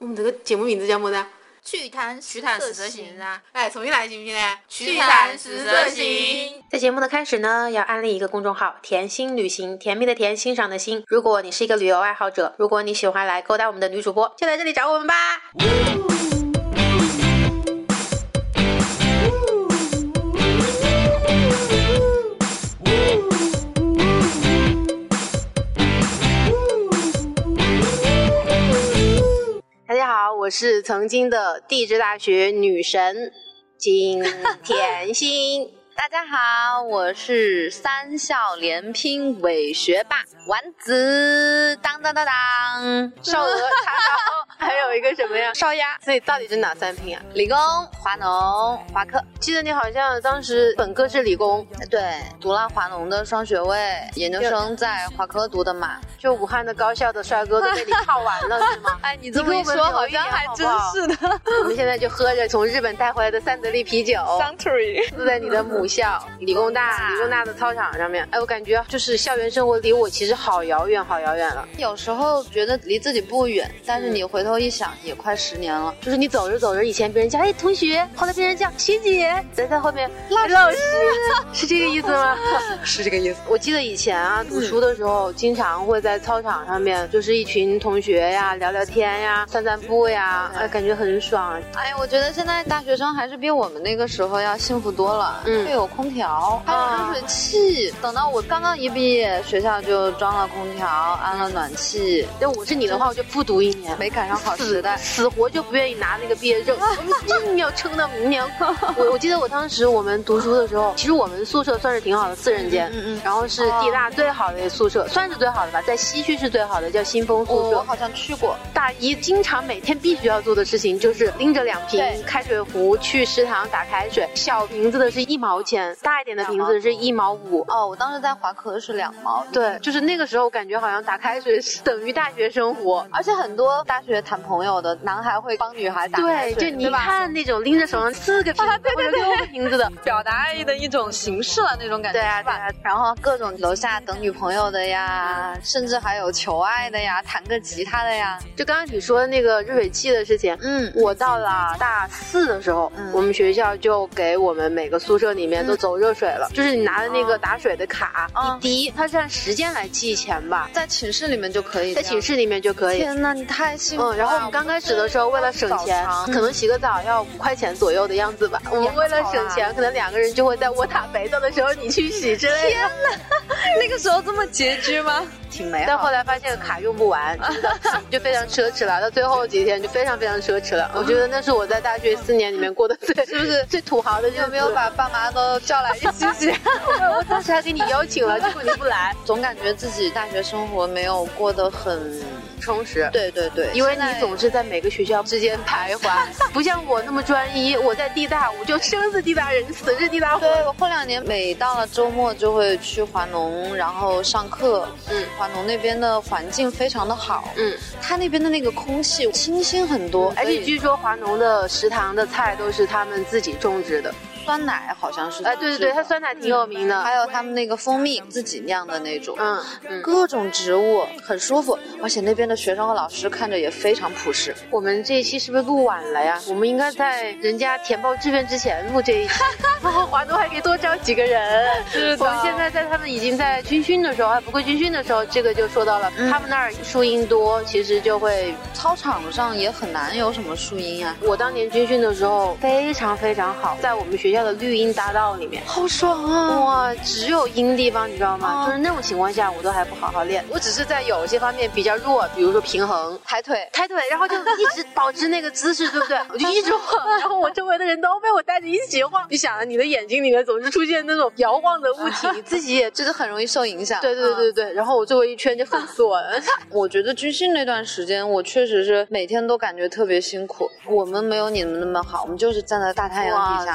我们这个节目名字叫么子？ 趣谈趣谈十色行啊！ 哎，重新来行不行呢？ 趣谈十色行。 在节目的开始呢，要安利一个公众号“甜心旅行”，甜蜜的甜，欣赏的欣。如果你是一个旅游爱好者，如果你喜欢来勾搭我们的女主播，就来这里找我们吧。大家好，我是曾经的地质大学女神金甜心。 大家好，我是三校联拼伪学霸丸子，当当当当， 少鹅、茶刀，还有一个什么呀？ 烧鸭。 所以到底是哪三拼啊？ 理工、华农、华科。 记得你好像当时本科是理工， 对，读了华农的双学位，研究生在华科读的嘛。 就武汉的高校的帅哥都被你泡完了是吗？ 哎，你这么一说好像还真是的。 我们现在就喝着从日本带回来的三得利啤酒 Suntory， 坐在你的母校理工大的操场上面。哎，我感觉就是校园生活离我其实好遥远好遥远了。 有时候觉得离自己不远，但是你回头一想也快10年了。 就是你走着走着，以前别人叫哎同学，后来别人叫学姐，在后面老师是这个意思吗？ 是这个意思。 我记得以前啊读书的时候，经常会在操场上面就是一群同学呀聊聊天呀散散步呀，哎，感觉很爽。 哎，我觉得现在大学生还是比我们那个时候要幸福多了。又有空调，还有热水器。等到我刚刚一毕业，学校就装了空调，安了暖气。 要我是你的话，我就复读1年， 没赶上好时代， 死活就不愿意拿那个毕业证，我们硬要撑到明年。我记得我当时我们读书的时候，其实我们宿舍算是挺好的，4人间，然后是地大最好的宿舍，算是最好的吧，在西区是最好的，叫新丰宿舍。 我好像去过。 大一经常每天必须要做的事情就是拎着2瓶开水壶去食堂打开水，小瓶子的是1毛钱，大一点的瓶子是1毛5。 哦，我当时在华科是2毛。 对，就是那个时候感觉好像打开水是等于大学生活， 而且很多大学谈朋友的男孩会帮女孩打开水。 对，就你看那种拎着手上4个瓶子或者6个瓶子的， 表达爱意的一种形式了那种感觉。 对啊，对啊。 然后各种楼下等女朋友的呀，甚至还有求爱的呀，弹个吉他的呀。 就刚刚你说那个热水器的事情，我到了大4的时候，我们学校就给我们每个宿舍里面都走热水了，就是你拿的那个打水的卡，一滴，它是按时间来计钱吧， 在寝室里面就可以， 在寝室里面就可以。 天哪，你太幸福了。 然后我们刚开始的时候为了省钱，可能洗个澡要5块钱左右的样子吧，我们为了省钱，可能2个人就会在我打肥皂的时候你去洗之类的。 天哪，那个时候这么拮据吗？挺美好。 但后来发现卡用不完，就非常奢侈了，到最后几天就非常非常奢侈了。我觉得那是我在大学4年里面过的是不是最土豪的日子。 有没有把爸妈都叫来一起洗？ 我当时还给你邀请了，结果你不来。 总感觉自己大学生活没有过得很充实。 对对对， 因为你总是在每个学校之间徘徊，不像我那么专一。我在地大，我就生是地大人，死是地大货。 对，我后2年每到了周末就会去华农，然后上课。华农那边的环境非常的好。他那边的那个空气清新很多， 而且据说华农的食堂的菜都是他们自己种植的。 酸奶好像是， 对对对，它酸奶挺有名的， 还有他们那个蜂蜜自己酿的那种，各种植物很舒服，而且那边的学生和老师看着也非常朴实。 我们这一期是不是录晚了呀？我们应该在人家填报志愿之前录这一期，然后华东还可以多招几个人。是的，我们现在在他们已经在军训的时候，还不会军训的时候，这个就说到了，他们那儿树荫多，其实就会操场上也很难有什么树荫啊。 我当年军训的时候非常非常好，在我们学校的绿荫大道里面， 好爽啊！ 哇，只有阴地方，你知道吗？就是那种情况下，我都还不好好练，我只是在有些方面比较弱，比如说平衡、 抬腿， 然后就一直保持那个姿势，对不对？我就一直晃，然后我周围的人都被我带着一起晃。你想啊，你的眼睛里面总是出现那种摇晃的物体，你自己也就是很容易受影响。 对对对对，然后我周围一圈就封死我了。 我觉得军训那段时间，我确实是每天都感觉特别辛苦。我们没有你们那么好，我们就是站在大太阳底下，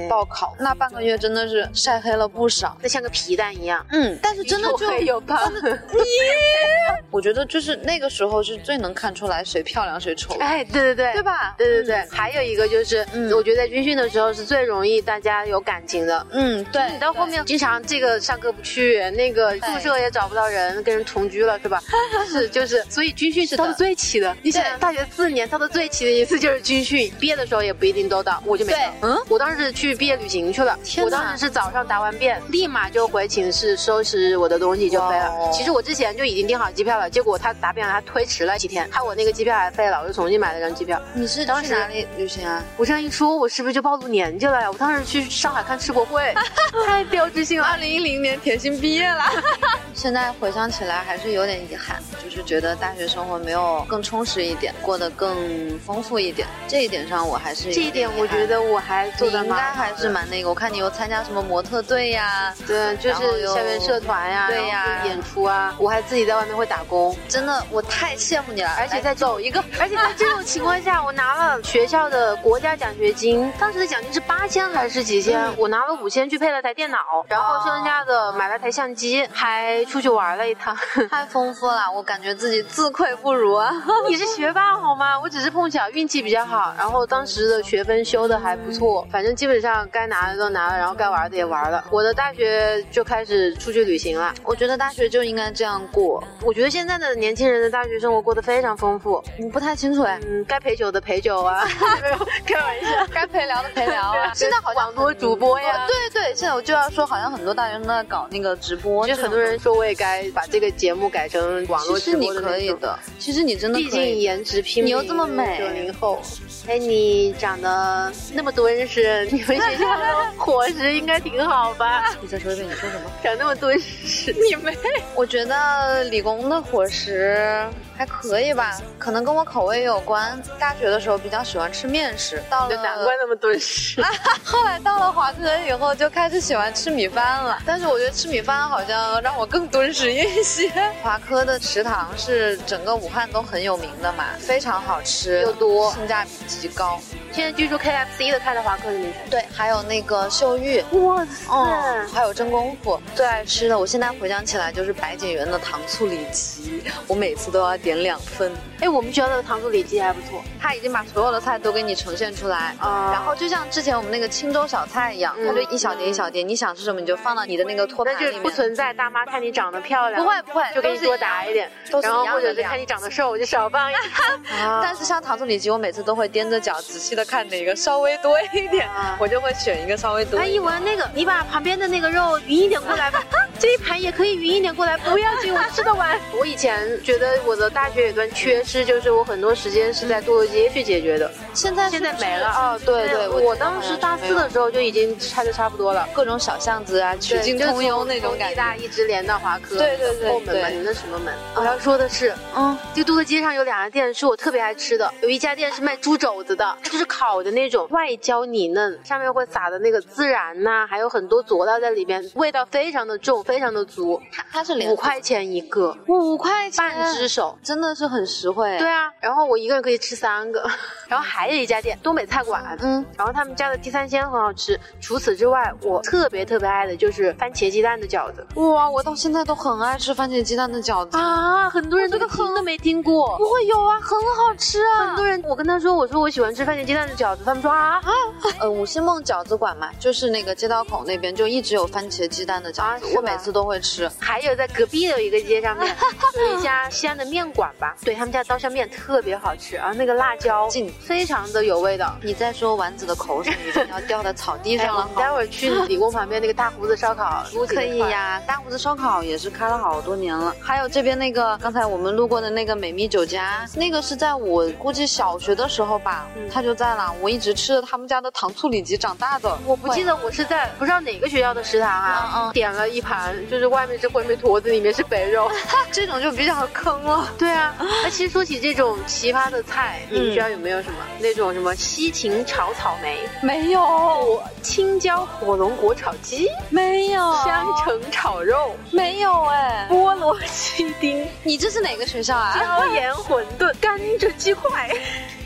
报考，那半个月真的是晒黑了不少， 那像个皮蛋一样。 但是真的就有胖。 我觉得就是那个时候是最能看出来谁漂亮谁丑。 哎，对对吧？ 对。还有一个就是，我觉得在军训的时候是最容易大家有感情的。 对。 你到后面经常这个上课不去，那个宿舍也找不到人，跟人同居了，是吧？就是，所以军训是到的最齐的。你想大学4年到的最齐的一次就是军训，毕业的时候也不一定都到，我就没到。我当时去毕业旅行去了，我当时是早上答完辩，立马就回寝室收拾我的东西就飞了。其实我之前就已经订好机票了，结果他答辩了，他推迟了几天，害我那个机票还飞了，我就重新买了张机票。 你是当时哪里旅行啊？ 我这样一说，我是不是就暴露年纪了呀？我当时去上海看世博会，太标志性了。 2010年甜心毕业了。现在回想起来还是有点遗憾，就是觉得大学生活没有更充实一点，过得更丰富一点。这一点上我还是这一点我觉得我还做得应该还是蛮那个。我看你有参加什么模特队呀， 对，就是校园社团呀， 对呀， 演出啊，我还自己在外面会打工。 真的，我太羡慕你了。 而且在走一个， 而且在这种情况下，我拿了学校的国家奖学金，当时的奖金是8000还是几千，我拿了5000去配了台电脑，然后剩下的买了台相机，还出去玩了一趟， 太丰富了，我感觉自己自愧不如啊。 你是学霸好吗？我只是碰巧运气比较好，然后当时的学分修的还不错，反正基本上该拿的都拿了，然后该玩的也玩了。我的大学就开始出去旅行了， 我觉得大学就应该这样过。 我觉得现在的年轻人的大学生活过得非常丰富。 你不太清楚哎， 该陪酒的陪酒啊，开玩笑， 该陪聊的陪聊啊。 现在好像网络主播呀， 对，现在我就要说，好像很多大学生都在搞那个直播， 就很多人说我也该把这个节目改成网络直播的那种。 其实你可以的，其实你真的可以， 毕竟颜值拼， 你又这么美 ，90后。哎，你长得那么敦实，你们学校的伙食应该挺好吧？ 你再说一遍，你说什么？ 长那么敦实，你妹！ 我觉得理工的伙食还可以吧，可能跟我口味有关。大学的时候比较喜欢吃面食，到了难怪那么敦实。 后来到了华科以后，就开始喜欢吃米饭了。但是我觉得吃米饭好像让我更敦实一些。华科的食堂是整个武汉都很有名的嘛，非常好吃又多， 性价比极高。 现在据说 KFC 的开在华科里面。 对，还有那个秀玉， 哇塞， 还有真功夫。最爱吃的，我现在回想起来就是白景园的糖醋里脊，我每次都要点2份。 哎，我们学校的糖醋里脊还不错， 他已经把所有的菜都给你呈现出来，然后就像之前我们那个青州小菜一样，它就一小碟一小碟，你想吃什么你就放到你的那个托盘里面。 那就不存在大妈看你长得漂亮， 不会， 就给你多打一点，然后或者是看你长得瘦就少放一点。 但是像糖醋里脊，我每次都会踮着脚仔细的看哪个稍微多一点，我就会选一个稍微多一点。 哎，一闻那个，你把旁边的那个肉匀一点过来吧，这一盘也可以匀一点过来，不要紧，我吃得完。我以前觉得我的大学有段缺失，就是我很多时间是在堕落街去解决的。现在没了哦，对，我当时大4的时候就已经拆的差不多了， 各种小巷子啊，曲径通幽那种感觉。 地大一直连到华科， 对， 后门嘛，你们那什么门？我要说的是，这个堕落街上有2家店是我特别爱吃的，有一家店是卖猪肘子的，它就是烤的那种，外焦里嫩，上面会撒的那个孜然呐，还有很多佐料在里面，味道非常的重，非常的足。 它是 5块钱一个 ，5块钱半只手， 真的是很实惠。 对啊，然后我一个人可以吃3个。然后还有一家店，东北菜馆，然后他们家的地三鲜很好吃。除此之外，我特别爱的就是番茄鸡蛋的饺子。 哇，我到现在都很爱吃番茄鸡蛋的饺子啊！很多人这个听都没听过。 不会有啊，很好吃啊！ 很多人，我跟他说，我说我喜欢吃番茄鸡蛋的饺子，他们说五星梦饺子馆嘛，就是那个街道口那边就一直有番茄鸡蛋的饺子，我每次都会吃。 还有在隔壁的有一个街上面有一家西安的面馆吧，对，他们家刀削面特别好吃啊，那个辣椒非常的有味道。 你在说丸子的口水已经要掉在草地上了。 你待会儿去理工旁边那个大胡子烧烤， 可以呀，大胡子烧烤也是开了好多年了。还有这边那个刚才我们路过的那个美蜜酒家，那个是在我估计小学的时候吧，他就在了。我一直吃着他们家的糖醋里脊长大的。 我不记得我是在不知道哪个学校的食堂啊，点了一盘，就是外面是灰梅坨子，里面是肥肉， 这种就比较坑了。 对啊，那其实说起这种奇葩的菜，你们学校有没有什么那种什么西芹炒草莓？ 没有。 青椒火龙果炒鸡？ 没有。 香橙炒肉？ 没有哎。 菠萝鸡丁？ 你这是哪个学校啊？ 椒盐馄饨、甘蔗鸡块。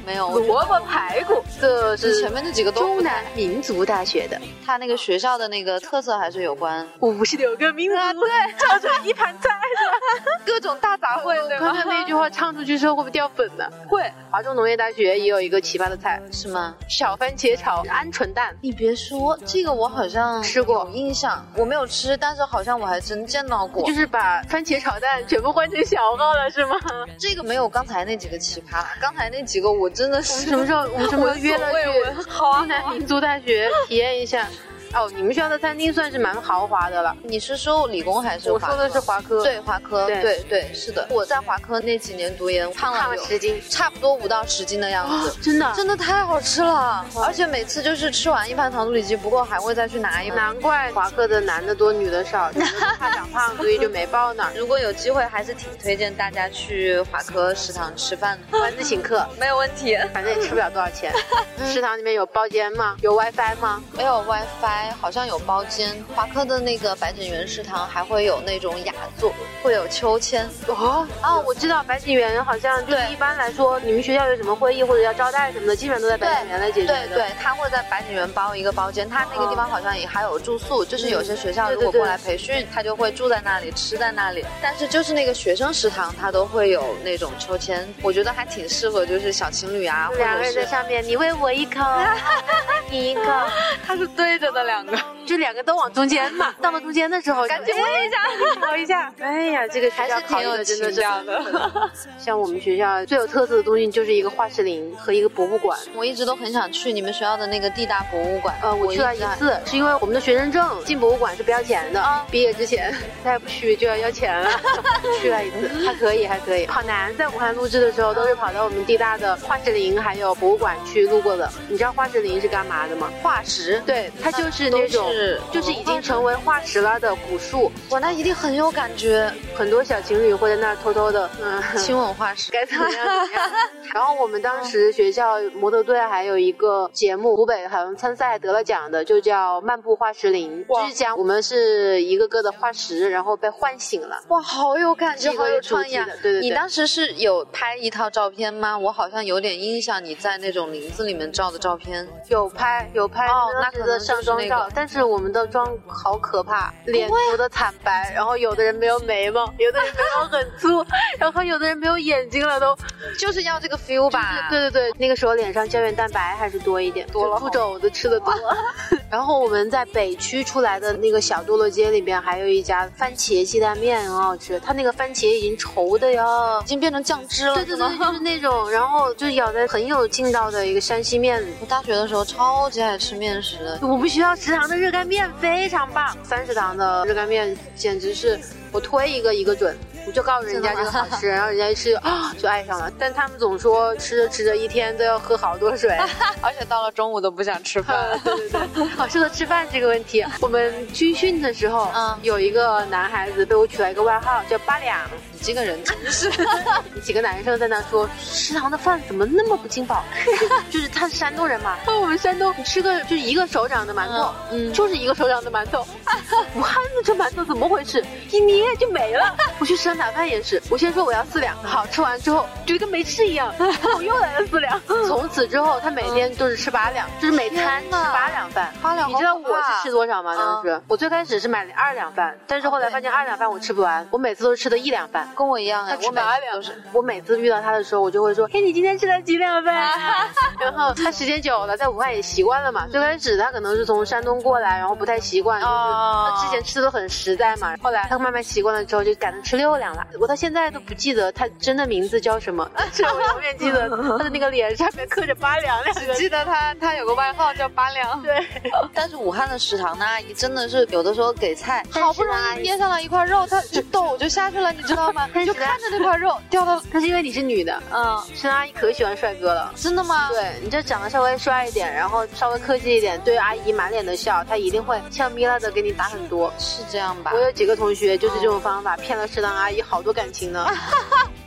没有萝卜排骨，这是前面那几个都中南民族大学的， 他那个学校的那个特色还是有关 56个民族，对，唱出一盘菜是吧？ 各种大杂烩，对吧？ 刚才那句话唱出去之后会不会掉粉呢？ 会。 华中农业大学也有一个奇葩的菜， 是吗？ 小番茄炒鹌鹑蛋。 你别说，这个我好像吃过， 有印象，我没有吃，但是好像我还真见到过。 就是把番茄炒蛋全部换成小号了，是吗？ 这个没有刚才那几个奇葩，刚才那几个我真的是。 我们什么时候约了去中南民族大学体验一下？哦，你们学校的餐厅算是蛮豪华的了。 你是说理工还是华科？ 我说的是华科。 对，华科。对，是的。我在华科那几年读研，胖了 10斤， 差不多5到10斤的样子。 哦、真的太好吃了，而且每次就是吃完一盘糖醋里脊，不过还会再去拿一盘。 难怪华科的男的多女的少，怕长胖，所以就没报那儿。 如果有机会，还是挺推荐大家去华科食堂吃饭的。 丸子请客， 没有问题， 反正也吃不了多少钱。食堂里面有包间吗？有 WiFi 吗？ 没有 WiFi，好像有包间。华科的那个白景园食堂还会有那种雅座，会有秋千。 哦，我知道白景园好像就是一般来说，你们学校有什么会议或者要招待什么的，基本上都在白景园来解决的。 对，他会在白景园包一个包间，他那个地方好像也还有住宿，就是有些学校如果过来培训，他就会住在那里，吃在那里。但是就是那个学生食堂，他都会有那种秋千，我觉得还挺适合就是小情侣啊， 两个人在上面，你喂我一口，你一口， 他是对着的两个， 就两个都往中间嘛。到了中间的时候， 赶紧喂一下， 喂一下。哎呀，这个学校考虑的真的是的。 像我们学校最有特色的东西就是一个化石林和一个博物馆。 我一直都很想去你们学校的那个地大博物馆。 我去了一次，是因为我们的学生证进博物馆是不要钱的。毕业之前再不去就要钱了。去了一次，还可以。跑男在武汉录制的时候，都是跑到我们地大的化石林还有博物馆去录过的。你知道化石林是干嘛的吗？ 化石， 对，它就是那种就是已经成为化石了的古树。 哇，那一定很有感觉。 很多小情侣会在那儿偷偷的亲吻化石， 该怎么样怎么样。然后我们当时学校模特队还有一个节目，湖北好像参赛得了奖的，就叫漫步化石林，就是讲我们是一个个的化石，然后被唤醒了。 哇，好有感觉，好有创意。 对。 你当时是有拍一套照片吗？我好像有点印象，你在那种林子里面照的照片。 有拍那时的上妆照，但是我们的妆好可怕，脸涂的惨白，然后有的人没有眉毛，有的人眉毛很粗，然后有的人没有眼睛了，都就是要这个 feel 吧。 对，那个时候脸上胶原蛋白还是多一点，多了猪肘子吃的多。然后我们在北区出来的那个小堕落街里边还有一家番茄鸡蛋面，很好吃。它那个番茄已经稠的呀， 已经变成酱汁了。 对，就是那种，然后就咬得很有劲道的一个山西面。 我大学的时候超级爱吃面食的， 我们学校食堂的热干面非常棒，3食堂的热干面简直是我推一个准。我就告诉人家这个好吃，然后人家一吃就爱上了。但他们总说吃着吃着一天都要喝好多水， 而且到了中午都不想吃饭。 对，好，说到吃饭这个问题，我们军训的时候，有一个男孩子被我取了一个外号叫8两。 你这个人真是， 几个男生在那说食堂的饭怎么那么不经饱？就是他是山东人嘛，我们山东你吃个就是一个手掌的馒头，就是一个手掌的馒头。武汉的这馒头怎么回事？一捏就没了。我去食堂打饭也是，我先说我要4两，好，吃完之后就跟没吃一样，我又来了4两。从此之后他每天都是吃8两，就是每餐吃8两饭。8两，你知道我是吃多少吗？当时我最开始是买2两饭，但是后来发现2两饭我吃不完，我每次都是吃的1两饭。 跟我一样哎， 我每次遇到他的时候，我就会说，嘿，你今天吃了几两饭？然后他时间久了，在武汉也习惯了嘛。最开始他可能是从山东过来，然后不太习惯，就是他之前吃的都很实在嘛。后来他慢慢习惯了之后，就改成吃6两了。我到现在都不记得他真的名字叫什么，但是我永远记得他的那个脸上面刻着8两2个， 记得他有个外号叫8两。 对， 但是武汉的食堂的阿姨真的是有的时候给菜，好不容易捏上了一块肉，他就抖就下去了，你知道吗？就看着那块肉掉到， 那是因为你是女的，食堂阿姨可喜欢帅哥了。 真的吗？ 对，你这长得稍微帅一点，然后稍微客气一点，对阿姨满脸的笑，她一定会笑眯了的给你打很多。 是这样吧？ 我有几个同学就是这种方法骗了食堂阿姨好多感情呢。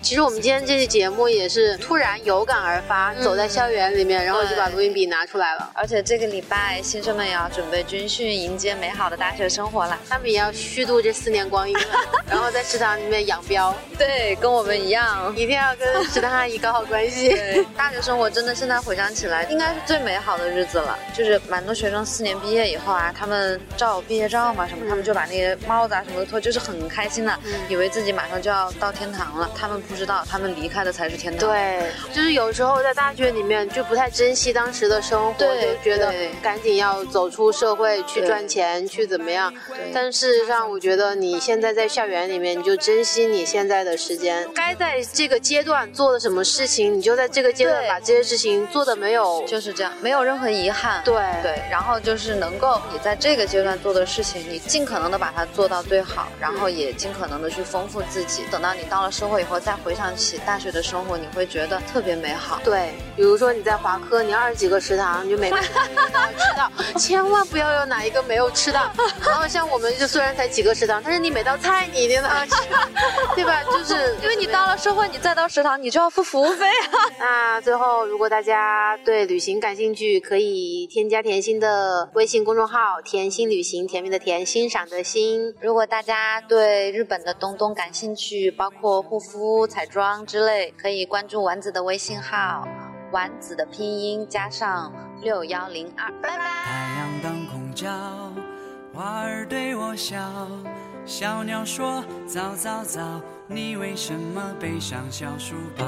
其实我们今天这期节目也是突然有感而发，走在校园里面，然后就把录音笔拿出来了。 而且这个礼拜新生们也要准备军训，迎接美好的大学生活了。 他们也要虚度这4年光阴了，然后在食堂里面养膘。 对，跟我们一样， 一定要跟食堂阿姨搞好关系。 对，大学生活真的现在回想起来，应该是最美好的日子了。就是蛮多学生4年毕业以后啊，他们照毕业照嘛什么，他们就把那些帽子啊什么的脱，就是很开心的，以为自己马上就要到天堂了。他们不知道，他们离开的才是天堂。 对，就是有时候在大学里面就不太珍惜当时的生活，就觉得赶紧要走出社会去赚钱，去怎么样。但事实上，我觉得你现在在校园里面，你就珍惜你现在的时间，该在这个阶段做的什么事情，你就在这个阶段把这些事情做的没有， 就是这样，没有任何遗憾。 对， 然后就是能够你在这个阶段做的事情，你尽可能的把它做到最好，然后也尽可能的去丰富自己。等到你到了社会以后，再回想起大学的生活，你会觉得特别美好。 对，比如说你在华科，你20几个食堂，你就每个食堂都要吃到，千万不要有哪一个没有吃到。然后像我们就虽然才几个食堂，但是你每道菜你一定都要吃，对吧？就是因为你到了社会，你再到食堂，你就要付服务费啊。 那最后，如果大家对旅行感兴趣，可以添加甜心的微信公众号"甜心旅行"，甜蜜的甜，欣赏的欣。 如果大家对日本的东东感兴趣，包括护肤、彩妆之类，可以关注丸子的微信号，丸子的拼音加上6102。拜拜。 太阳当空照，花儿对我笑，小鸟说早早早，你为什么背上小书包？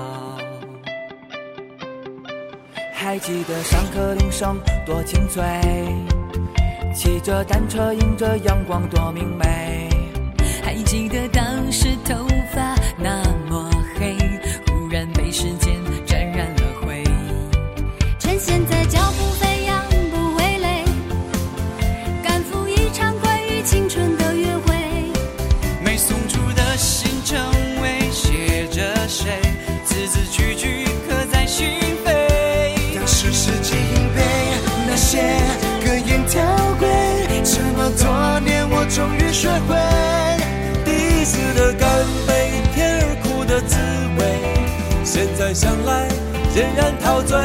还记得上课铃声多清脆，骑着单车迎着阳光多明媚，还记得当时头发那么黑，忽然被时间沾染了灰， 趁现在脚步飞扬不会累，赶赴一场关于青春的约会， 没送出的信成为写着谁，字字句句刻在心扉，当时世纪硬背那些格言条规，这么多年我终于学会第一次的干杯，甜而苦的滋味，现在想来仍然陶醉。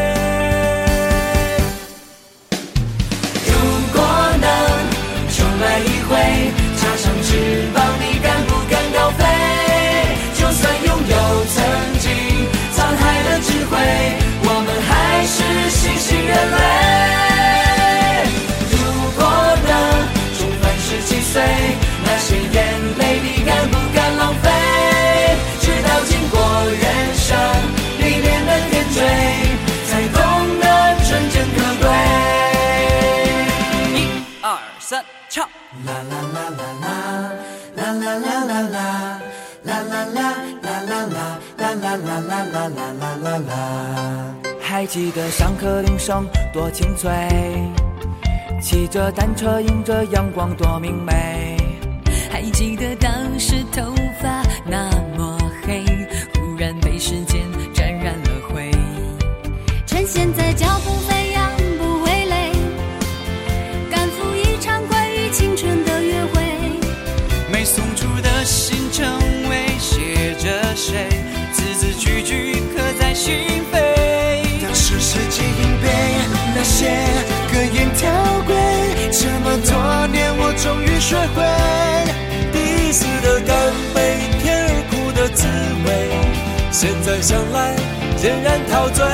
如果能重来一回，插上翅膀，你敢不敢高飞？就算拥有曾经沧海的智慧，我们还是新兴人类。如果能重返17岁，那些眼泪你敢不敢浪费？直到经过人生历练的点缀，才懂得纯真可贵。1、2、3，唱！啦啦啦啦啦，啦啦啦啦啦，啦啦啦啦啦啦，啦啦啦啦啦啦啦啦。还记得上课铃声多清脆，骑着单车迎着阳光多明媚，还记得当时头发那么黑，忽然被时间沾染了灰， 趁现在脚步飞扬不会累，赶赴一场关于青春的约会， 没送出的信成为写着谁，字字句句刻在心扉，当时世纪硬背那些格言条规，这么多年我终于学会第一次的干杯，甜而苦的滋味，现在想来仍然陶醉。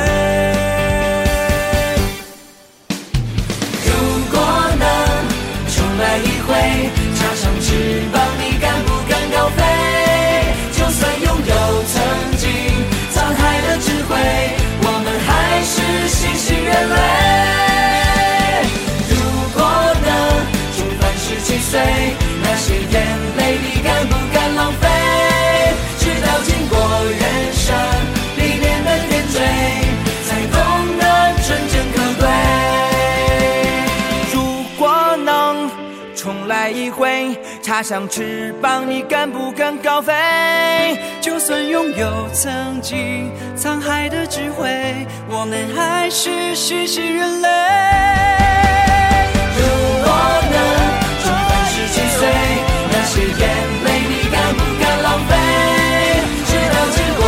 如果能重来一回，插上翅膀，你敢不敢高飞？就算拥有曾经沧海的智慧，我们还是新兴人类。如果能重返17岁，那些眼泪你敢不敢浪费？直到经过人生历练的点缀，才懂得纯真可贵。如果能重来一回，插上翅膀，你敢不敢高飞？就算拥有曾经沧海的智慧，我们还是新兴人类。如果能重返17岁，那些眼泪你敢不敢浪费？直到经过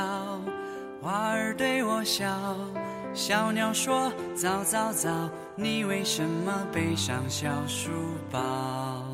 花儿对我笑，小鸟说早早早，你为什么背上小书包？